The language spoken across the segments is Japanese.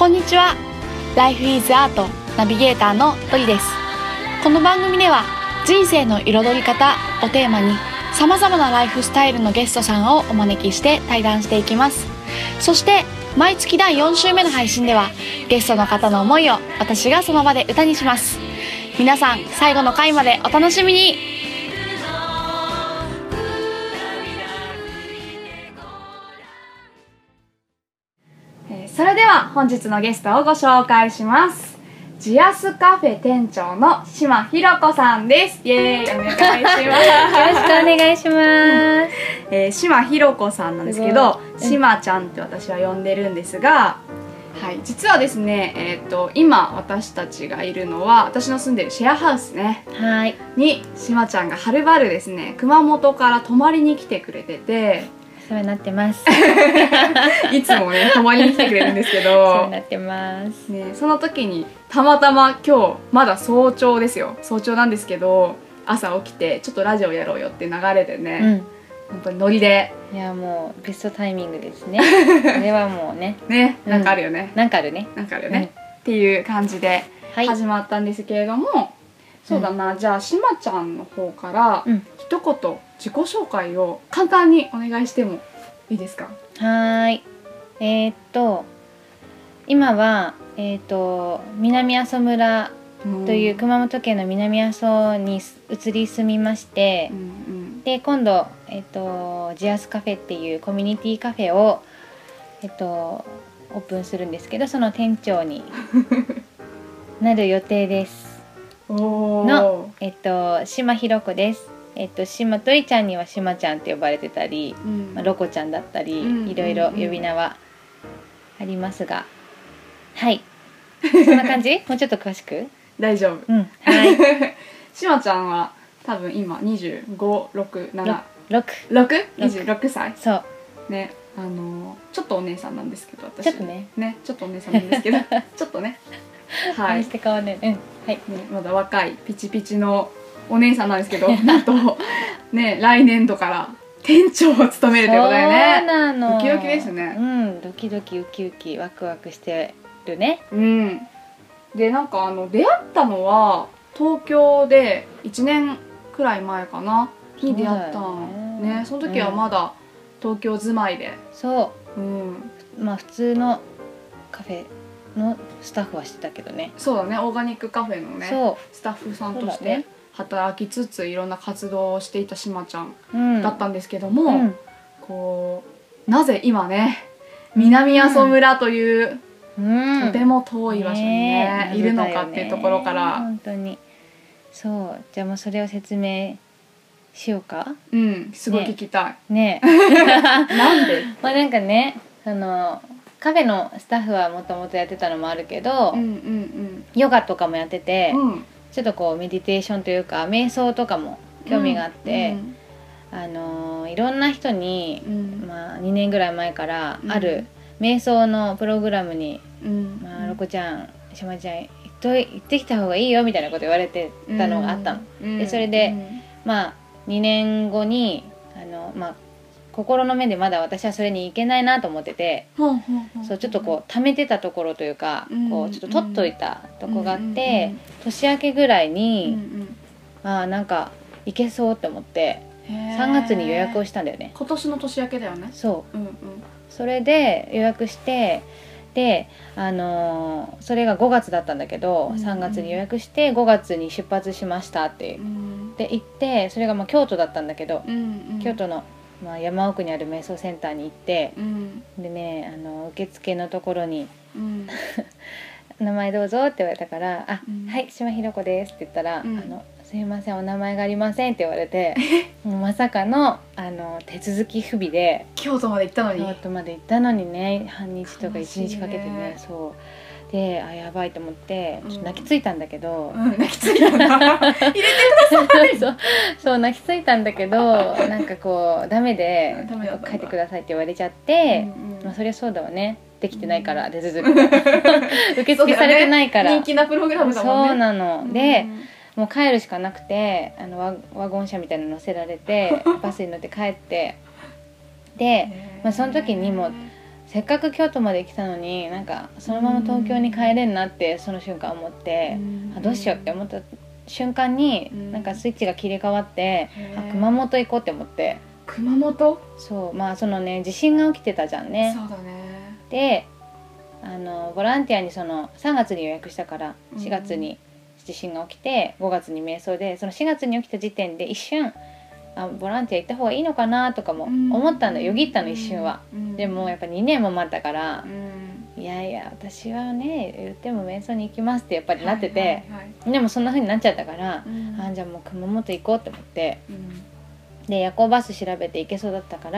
こんにちは。Life is Art ナビゲーターのドリです。この番組では人生の彩り方をテーマに様々なライフスタイルのゲストさんをお招きして対談していきます。そして毎月第4週目の配信ではゲストの方の思いを私がその場で歌にします。皆さん最後の回までお楽しみに。それでは本日のゲストをご紹介します。ジアスカフェ店長の島ひろ子さんです。イエーイ、お願いします。よろしくお願いします。 島ひろ子さんなんですけど、島ちゃんって私は呼んでるんですが、はい、実はですね、今私たちがいるのは私の住んでるシェアハウスね、 はい、 に島ちゃんがはるばるですね、熊本から泊まりに来てくれてて、 お世話になってますいつもね泊まりに来てくれるんですけど、 お世話になってます、 ね、その時にたまたま今日まだ早朝ですよ、早朝なんですけど、朝起きてちょっとラジオやろうよって流れでね、本当にノリで、 いやもうベストタイミングですねこれはもうねなんかあるよね、 なんかあるねっていう感じで始まったんですけれども、そうだな、じゃあしまちゃんの方から一言自己紹介を簡単にお願いしてもいいですか？ はい。今は南阿蘇村という熊本県の南阿蘇に移り住みまして、で今度ジアスカフェっていうコミュニティカフェをオープンするんですけど、その店長になる予定です。の島ひろ子です。島とりちゃんには島ちゃんって呼ばれてたり、ロコちゃんだったり、いろいろ呼び名はありますが、はいそんな感じもうちょっと詳しく大丈夫、はい島ちゃんは多分今25、6、7、26歳そうね、ちょっとお姉さんなんですけど、私ちょっとねちょっとお姉さんなんですけどちょっとね、はい、 して変わんね、はいね、 まだ若いピチピチのお姉さんなんですけど、なんとね来年度から店長を務めるということでね、 そうなの、 ドキドキですね。 ドキドキウキウキワクワクしてるね。 でなんか出会ったのは東京で1年くらい前かなに出会ったのね。その時はまだ東京住まいで、 そう、まあ普通のカフェのスタッフはしてたけどね。 そうだね、オーガニックカフェのねスタッフさんとして働きつついろんな活動をしていたしまちゃんだったんですけども、こうなぜ今ね南阿蘇村という、とても遠い場所にねいるのかっていうところから、 本当にそう、じゃあもうそれを説明しようか。 すごい聞きたいねなんでまあなんかね、カフェのスタッフはもともとやってたのもあるけど、ヨガとかもやってて、ちょっとこうメディテーションというか瞑想とかも興味があって、いろんな人に、まあ、2年ぐらい前からある瞑想のプログラムに、ロコちゃん、しまちゃん行ってきた方がいいよみたいなこと言われてたのがあったの。でそれで、まあ2年後にまあ心の目でまだ私はそれに行けないなと思ってて、そうちょっとこう溜めてたところというか、こうちょっと取っといたとこがあって、年明けぐらいに、なんか行けそうって思って3月に予約をしたんだよね。 今年の年明けだよね。 そう、それで予約して、でそれが5月だったんだけど、3月に予約して5月に出発しましたって、で行って、それがまあ京都だったんだけど、京都のまあ、山奥にある瞑想センターに行って、でね受付のところに名前どうぞって言われたから「はい島ひろ子です」って言ったら「すいませんお名前がありません」って言われてもうまさかの手続き不備で京都まで行ったのにね、半日とか1日かけてね、そうでやばいと思ってちょっと泣きついたんだけど、 泣きついたんだ入れてくださいそう泣きついたんだけどなんかこうダメで帰ってくださいって言われちゃって、まあそりゃそうだわね、できてないから手続き受付されてないから、 人気なプログラムだもんね。 そうなので、もう帰るしかなくてワゴン車みたいなの乗せられてバスに乗って帰って、で、まあ、その時にもせっかく京都まで来たのになんかそのまま東京に帰れんなってその瞬間思って、どうしようって思った瞬間になんかスイッチが切り替わって、熊本行こうって思って。 熊本？ そう、まあそのね地震が起きてたじゃんね。 そうだね。 でボランティアにその3月に予約したから4月に地震が起きて5月に瞑想で、その4月に起きた時点で一瞬ボランティア行った方がいいのかなとかも思ったんだよ、よぎったの一瞬は。でもやっぱ2年も待ったから、いやいや私はね言っても瞑想に行きますってやっぱりなってて、でもそんな風になっちゃったから、じゃあもう熊本行こうって思って、で夜行バス調べて行けそうだったから、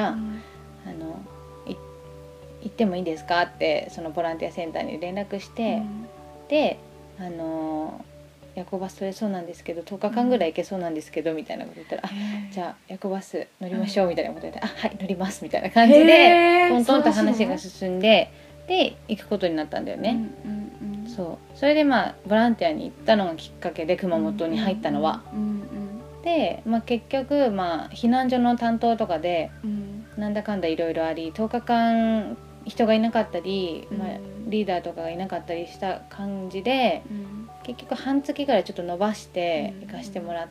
行ってもいいですかってそのボランティアセンターに連絡して、で夜行バス取れそうなんですけど10日間ぐらい行けそうなんですけどみたいなこと言ったら、じゃあ夜行バス乗りましょうみたいなこと言って、はい乗りますみたいな感じでトントンと話が進んで、で行くことになったんだよね。そうそれでまあボランティアに行ったのがきっかけで熊本に入ったのは。で、まあ、結局、まあ、避難所の担当とかで、なんだかんだいろいろあり10日間人がいなかったり、まあ、リーダーとかがいなかったりした感じで、結局半月ぐらいちょっと伸ばして行かしてもらって、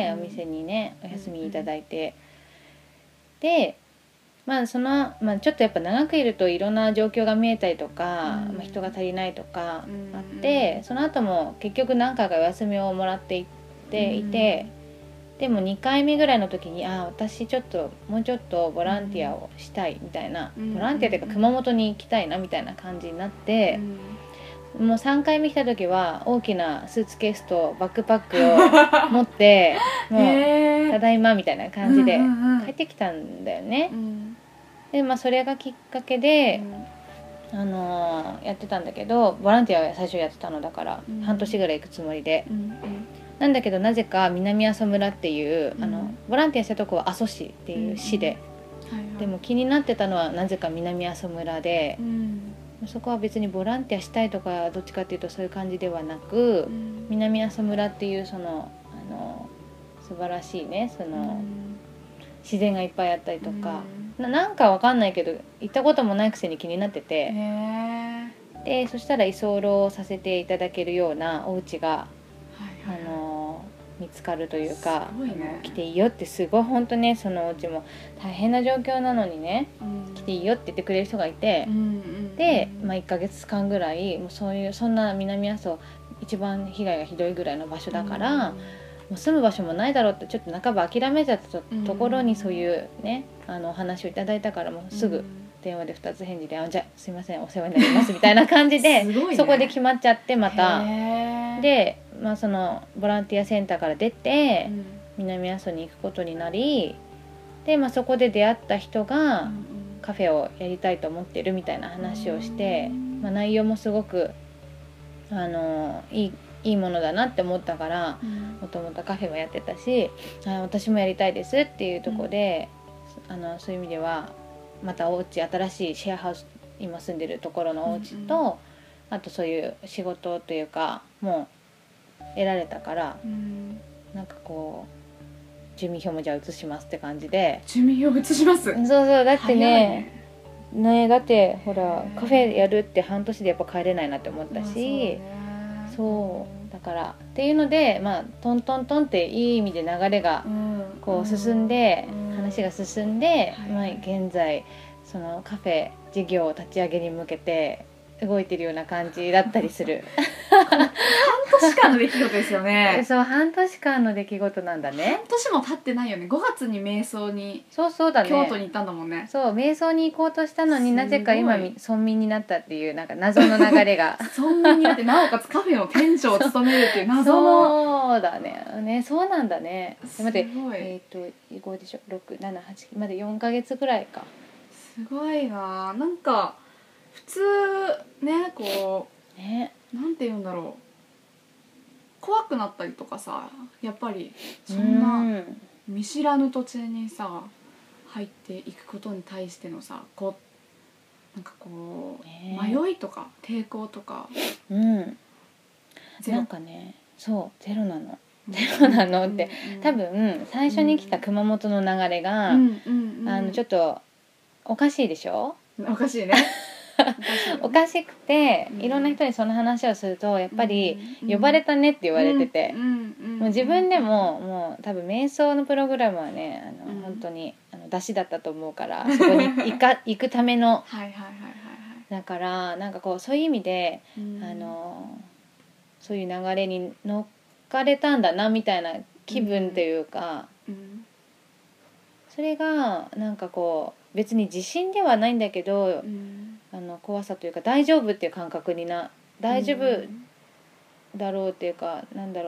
お店にねお休みいただいて、でまあまあ、ちょっとやっぱ長くいるといろんな状況が見えたりとか、まあ、人が足りないとかあって、その後も結局何回かお休みをもらっていっていて、でも2回目ぐらいの時に私ちょっともうちょっとボランティアをしたいみたいな、ボランティアというか熊本に行きたいなみたいな感じになって、もう3回目来た時は大きなスーツケースとバックパックを持ってもうただいまみたいな感じで帰ってきたんだよね。でまあそれがきっかけで、やってたんだけど、ボランティアは最初やってたのだから、半年ぐらい行くつもりで、なんだけどなぜか南阿蘇村っていう、ボランティアしたとこは阿蘇市っていう市で、でも気になってたのはなぜか南阿蘇村で、そこは別にボランティアしたいとかどっちかっていうとそういう感じではなく、南阿蘇村っていうその素晴らしいね自然がいっぱいあったりとか、なんかわかんないけど行ったこともないくせに気になってて、でそしたら居候させていただけるようなお家が見つかるというか、来ていいよってすごい本当ね、そのお家も大変な状況なのにね、来ていいよって言ってくれる人がいて、で、まあ、1ヶ月間ぐらいもうそんな南阿蘇一番被害がひどいぐらいの場所だから、もう住む場所もないだろうってちょっと半ば諦めちゃったところにそういうねお話をいただいたから、もうすぐ電話で2つ返事でじゃあすいませんお世話になりますみたいな感じで、ね、そこで決まっちゃって、またで、まあ、そのボランティアセンターから出て、南阿蘇に行くことになり、で、まあ、そこで出会った人がカフェをやりたいと思ってるみたいな話をして、まあ、内容もすごくいいものだなって思ったから、もともとカフェもやってたし、私もやりたいですっていうところで、そういう意味ではまたお家、新しいシェアハウス、今住んでるところのお家と、あとそういう仕事というかもう得られたから、なんかこう住民票もじゃあ移しますって感じで。 住民票移します？ そうだってねだってほらカフェやるって半年でやっぱ帰れないなって思ったし、そうだからっていうので、まあトントントンっていい意味で流れがこう進んで、話が進んで、まあ、現在そのカフェ事業を立ち上げに向けて動いてるような感じだったりする。 半年間の出来事ですよね。 そう、半年間の出来事なんだね。 半年も経ってないよね。5月に瞑想に、 そうだね、 京都に行ったんだもんね。 そう、瞑想に行こうとしたのになぜか今村民になったっていうなんか謎の流れが村民になってなおかつカフェの店長を務めるっていう謎のそうだね、そうなんだね。待って5でしょ、678まで4ヶ月ぐらいか。 すごいな。なんか普通ね、こうね、なんて言うんだろう、怖くなったりとかさ、やっぱりそんな見知らぬ土地にさ入っていくことに対してのさ、こうなんかこう、迷いとか抵抗とか、 なんかね、そうゼロなのって、多分最初に来た熊本の流れがちょっとおかしいでしょ。 おかしいねおかしくて、いろんな人にその話をするとやっぱり呼ばれたねって言われてて、もう自分でももう多分瞑想のプログラムはね本当に出汁だったと思うからそこに行くためのだからなんかこうそういう意味で、そういう流れに乗っかれたんだなみたいな気分というか、それがなんかこう別に自信ではないんだけど、怖さというか大丈夫っていう感覚に大丈夫だろうっていうか、なんだろ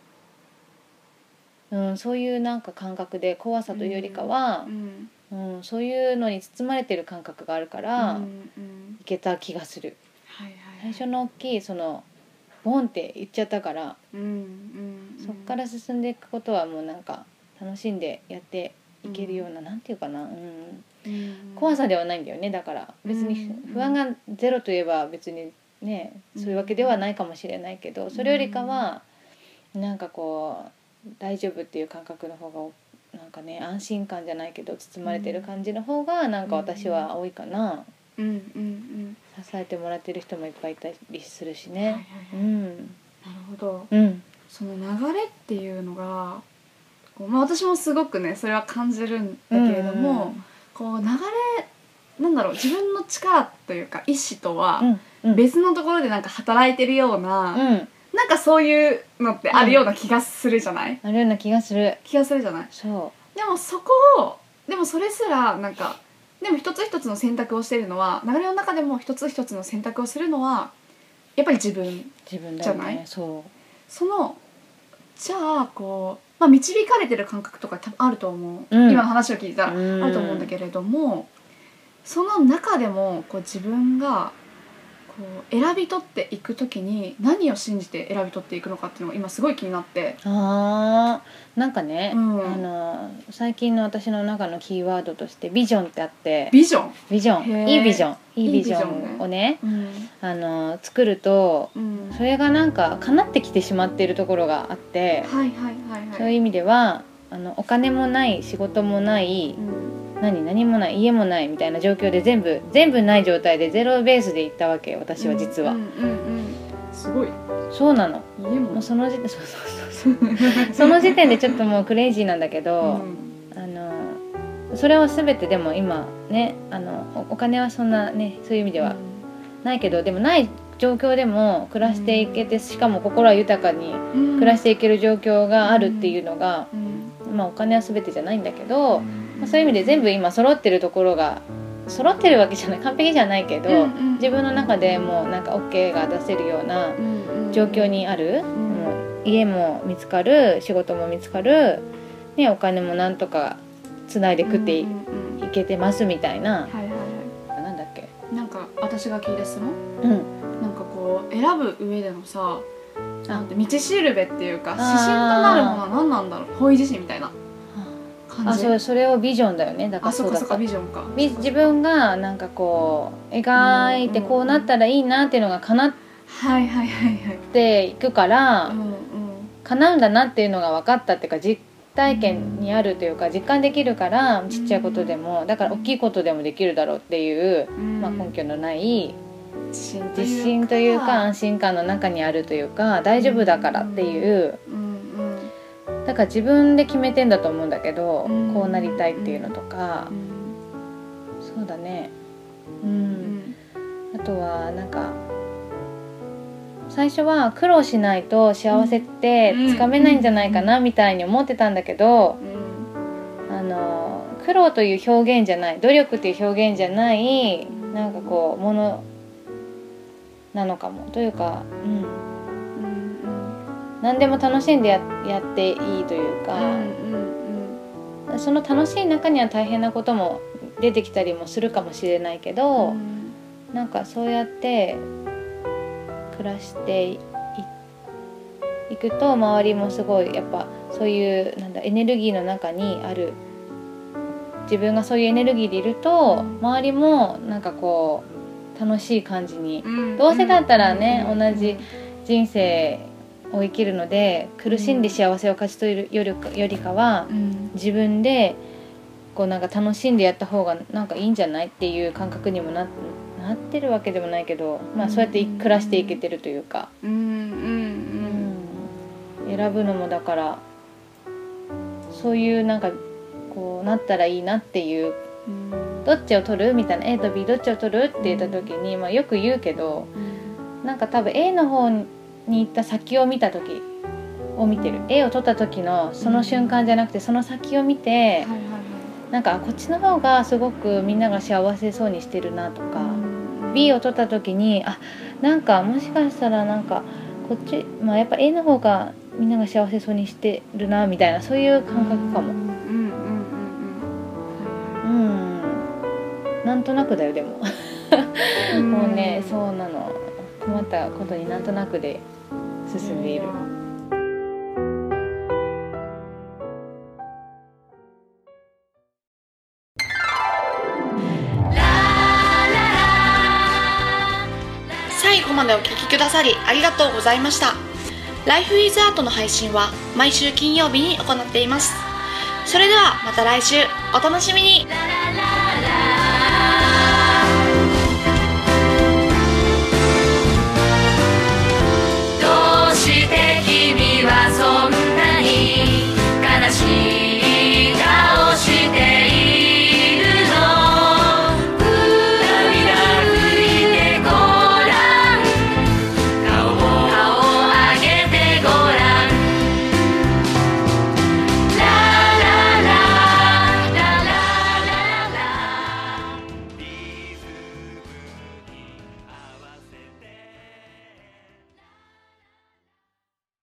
うな、そういうなんか感覚で怖さというよりかは、そういうのに包まれてる感覚があるから、いけた気がする、最初の大きいそのボンって言っちゃったから、そっから進んでいくことはもうなんか楽しんでやっていけるような、なんていうかな、怖さではないんだよね。だから別に不安がゼロといえば別にねそういうわけではないかもしれないけど、それよりかはなんかこう大丈夫っていう感覚の方がなんかね、安心感じゃないけど包まれてる感じの方がなんか私は多いかな。支えてもらってる人もいっぱいいたりするしね。なるほど。その流れっていうのが私もすごくねそれは感じるんだけれども、こう流れなんだろう、自分の力というか意志とは別のところでなんか働いてるような、なんかそういうのってあるような気がするじゃない？ あるような気がするじゃない？ そう。 でもでもそれすらなんかでも一つ一つの選択をしているのは、流れの中でも一つ一つの選択をするのはやっぱり自分じゃない？じゃあこう、導かれてる感覚とか多分あると思う、今の話を聞いたらあると思うんだけれども、その中でもこう自分がこう選び取っていくときに何を信じて選び取っていくのかっていうのが今すごい気になって。 なんかね、最近の私の中のキーワードとしてビジョンってあって、 ビジョンいいビジョンをね、作ると、それがなんか叶ってきてしまっているところがあって、そういう意味ではお金もない仕事もない、何もない家もないみたいな状況で全部ない状態でゼロベースで行ったわけ、私は実は。 すごい。 そうなの。もうその時点でちょっともうクレイジーなんだけど、それは全てでも今ねお金はそんなねそういう意味ではないけど、でもない状況でも暮らしていけて、しかも心は豊かに暮らしていける状況があるっていうのが、お金は全てじゃないんだけど、そういう意味で全部今揃ってるところが揃ってるわけじゃない、完璧じゃないけど、自分の中でもうなんか OK が出せるような状況にある、もう家も見つかる、仕事も見つかる、お金もなんとかつないで食っていけてますみたいな。なんだっけ、 なんか私が聞いた質問、なんかこう選ぶ上でのさ、道しるべっていうか指針となるものは何なんだろう、方位自身みたいな感じ。 それをビジョンだよね。だからそうだった。 ビジョンか。 自分がなんかこう描いてこうなったらいいなっていうのが叶っていくから、叶うんだなっていうのが分かったっていうか、実体験にあるというか実感できるから、ちっちゃいことでもだから大きいことでもできるだろうっていう、根拠のない自信というか安心感の中にあるというか、大丈夫だからっていう、だから自分で決めてんだと思うんだけど、こうなりたいっていうのとか、そうだね、あとはなんか最初は苦労しないと幸せってつかめないんじゃないかなみたいに思ってたんだけど、苦労という表現じゃない、努力という表現じゃない、なんかこうものなのかもというか、何でも楽しんで やっていいというか、その楽しい中には大変なことも出てきたりもするかもしれないけど、なんかそうやって暮らしていくと周りもすごいやっぱそういうエネルギーの中にある、自分がそういうエネルギーでいると周りもなんかこう楽しい感じに、どうせだったらね同じ人生を生きるので苦しんで幸せを勝ち取るよりかは、自分でこうなんか楽しんでやった方がなんかいいんじゃないっていう感覚にもなってるわけでもないけど、まあそうやって暮らしていけてるというか、選ぶのもだからそういうなんかこうなったらいいなっていう、どっちを取るみたいな A と B どっちを取るって言った時に、まあ、よく言うけど、なんか多分 A の方に行った先を見た時を見てる、 A を取った時のその瞬間じゃなくてその先を見て、なんかこっちの方がすごくみんなが幸せそうにしてるなとか、B を取った時になんかもしかしたらなんかこっち、まあやっぱ A の方がみんなが幸せそうにしてるなみたいな、そういう感覚かも。なんとなくだよでももうね、そうなの、困ったことになんとなくで進んでいる。 最後までお聞きくださりありがとうございました。Life with Art の配信は毎週金曜日に行っています。それではまた来週お楽しみに。